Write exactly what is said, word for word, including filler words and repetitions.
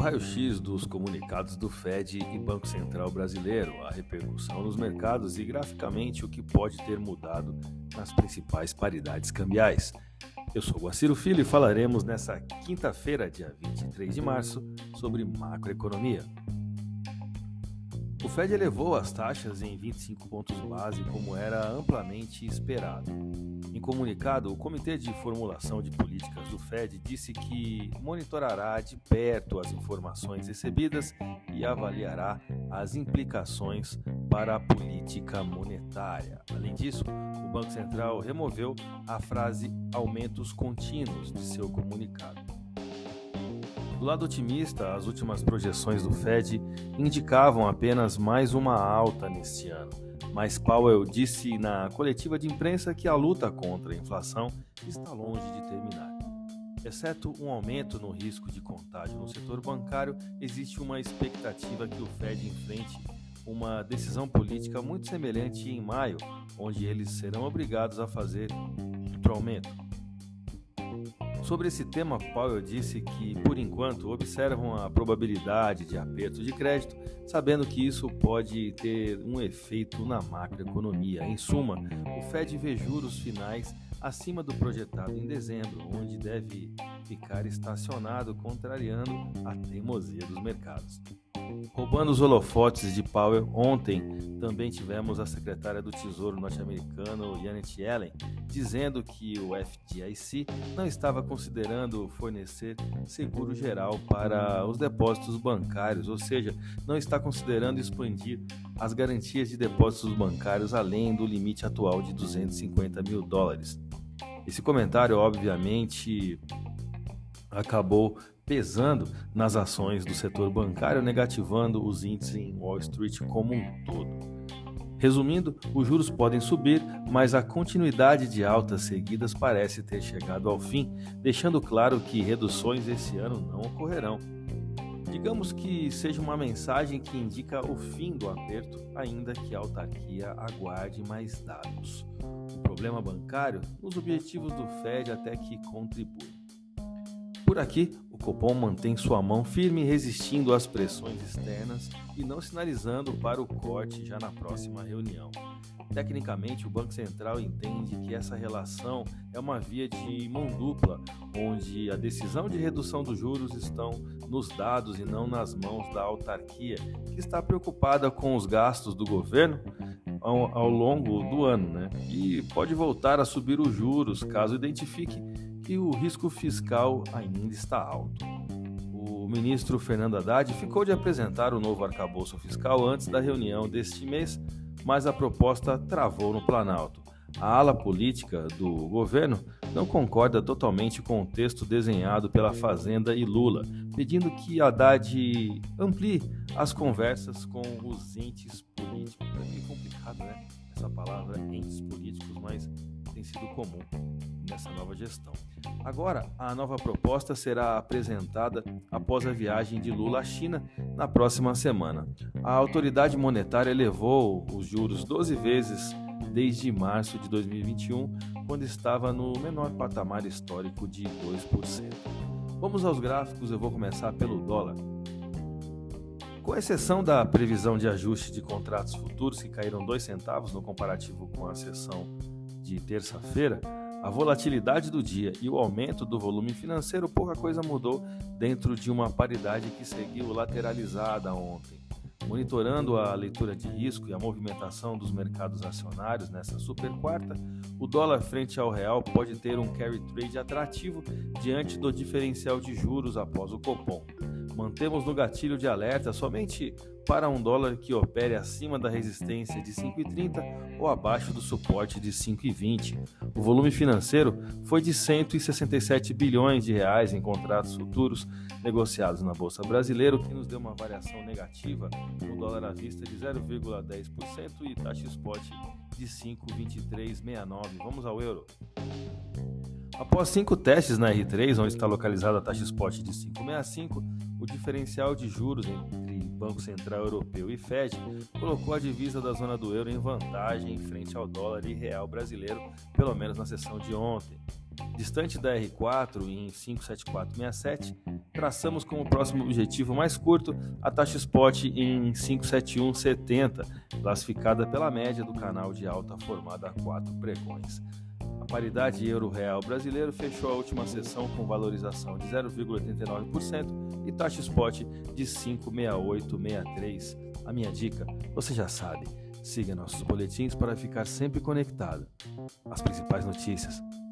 raio-x dos comunicados do Fed e Banco Central Brasileiro, a repercussão nos mercados e graficamente o que pode ter mudado nas principais paridades cambiais. Eu sou Guaciro Filho e falaremos nessa quinta-feira, dia vinte e três de março, sobre macroeconomia. O Fed elevou as taxas em vinte e cinco pontos base, como era amplamente esperado. Em comunicado, o Comitê de Formulação de Políticas do Fed disse que monitorará de perto as informações recebidas e avaliará as implicações para a política monetária. Além disso, o Banco Central removeu a frase aumentos contínuos de seu comunicado. Do lado otimista, as últimas projeções do Fed indicavam apenas mais uma alta neste ano, mas Powell disse na coletiva de imprensa que a luta contra a inflação está longe de terminar. Exceto um aumento no risco de contágio no setor bancário, existe uma expectativa que o Fed enfrente uma decisão política muito semelhante em maio, onde eles serão obrigados a fazer outro aumento. Sobre esse tema, Powell disse que, por enquanto, observam a probabilidade de aperto de crédito, sabendo que isso pode ter um efeito na macroeconomia. Em suma, o Fed vê juros finais acima do projetado em dezembro, onde deve ficar estacionado, contrariando a teimosia dos mercados. Roubando os holofotes de Powell, ontem também tivemos a secretária do Tesouro norte-americano, Janet Yellen, dizendo que o F D I C não estava considerando fornecer seguro geral para os depósitos bancários, ou seja, não está considerando expandir as garantias de depósitos bancários além do limite atual de duzentos e cinquenta mil dólares. Esse comentário, obviamente, acabou pesando nas ações do setor bancário, negativando os índices em Wall Street como um todo. Resumindo, os juros podem subir, mas a continuidade de altas seguidas parece ter chegado ao fim, deixando claro que reduções esse ano não ocorrerão. Digamos que seja uma mensagem que indica o fim do aperto, ainda que a autarquia aguarde mais dados. O problema bancário, nos objetivos do Fed até que contribui. Por aqui, o Copom mantém sua mão firme resistindo às pressões externas e não sinalizando para o corte já na próxima reunião. Tecnicamente, o Banco Central entende que essa relação é uma via de mão dupla, onde a decisão de redução dos juros estão nos dados e não nas mãos da autarquia, que está preocupada com os gastos do governo ao, ao longo do ano, né? E pode voltar a subir os juros caso identifique que o risco fiscal ainda está alto. O ministro Fernando Haddad ficou de apresentar o novo arcabouço fiscal antes da reunião deste mês, mas a proposta travou no Planalto. A ala política do governo não concorda totalmente com o texto desenhado pela Fazenda e Lula, pedindo que Haddad amplie as conversas com os entes políticos. É meio complicado, né? Essa palavra entes políticos, mas tem sido comum nessa nova gestão. Agora, a nova proposta será apresentada após a viagem de Lula à China na próxima semana. A autoridade monetária elevou os juros doze vezes desde março de dois mil e vinte e um, quando estava no menor patamar histórico de dois por cento. Vamos aos gráficos, eu vou começar pelo dólar. Com exceção da previsão de ajuste de contratos futuros, que caíram dois centavos no comparativo com a sessão de terça-feira, a volatilidade do dia e o aumento do volume financeiro, pouca coisa mudou dentro de uma paridade que seguiu lateralizada ontem. Monitorando a leitura de risco e a movimentação dos mercados acionários nessa super quarta, o dólar frente ao real pode ter um carry trade atrativo diante do diferencial de juros após o Copom. Mantemos no gatilho de alerta somente para um dólar que opere acima da resistência de cinco e trinta ou abaixo do suporte de cinco e vinte. O volume financeiro foi de cento e sessenta e sete bilhões de reais em contratos futuros negociados na Bolsa Brasileira, o que nos deu uma variação negativa no dólar à vista de zero vírgula dez por cento e taxa spot de cinco vírgula vinte e três sessenta e nove. Vamos ao euro. Após cinco testes na R três, onde está localizada a taxa spot de cinco vírgula sessenta e cinco, o diferencial de juros entre Banco Central Europeu e Fed colocou a divisa da zona do euro em vantagem frente ao dólar e real brasileiro, pelo menos na sessão de ontem. Distante da R quatro em cinco sete quatro seis sete, traçamos como próximo objetivo mais curto a taxa spot em cinco sete um setenta, classificada pela média do canal de alta formada a quatro pregões. A paridade euro-real brasileiro fechou a última sessão com valorização de zero vírgula oitenta e nove por cento e taxa spot de cinco seis oito seis três. A minha dica, você já sabe, siga nossos boletins para ficar sempre conectado. As principais notícias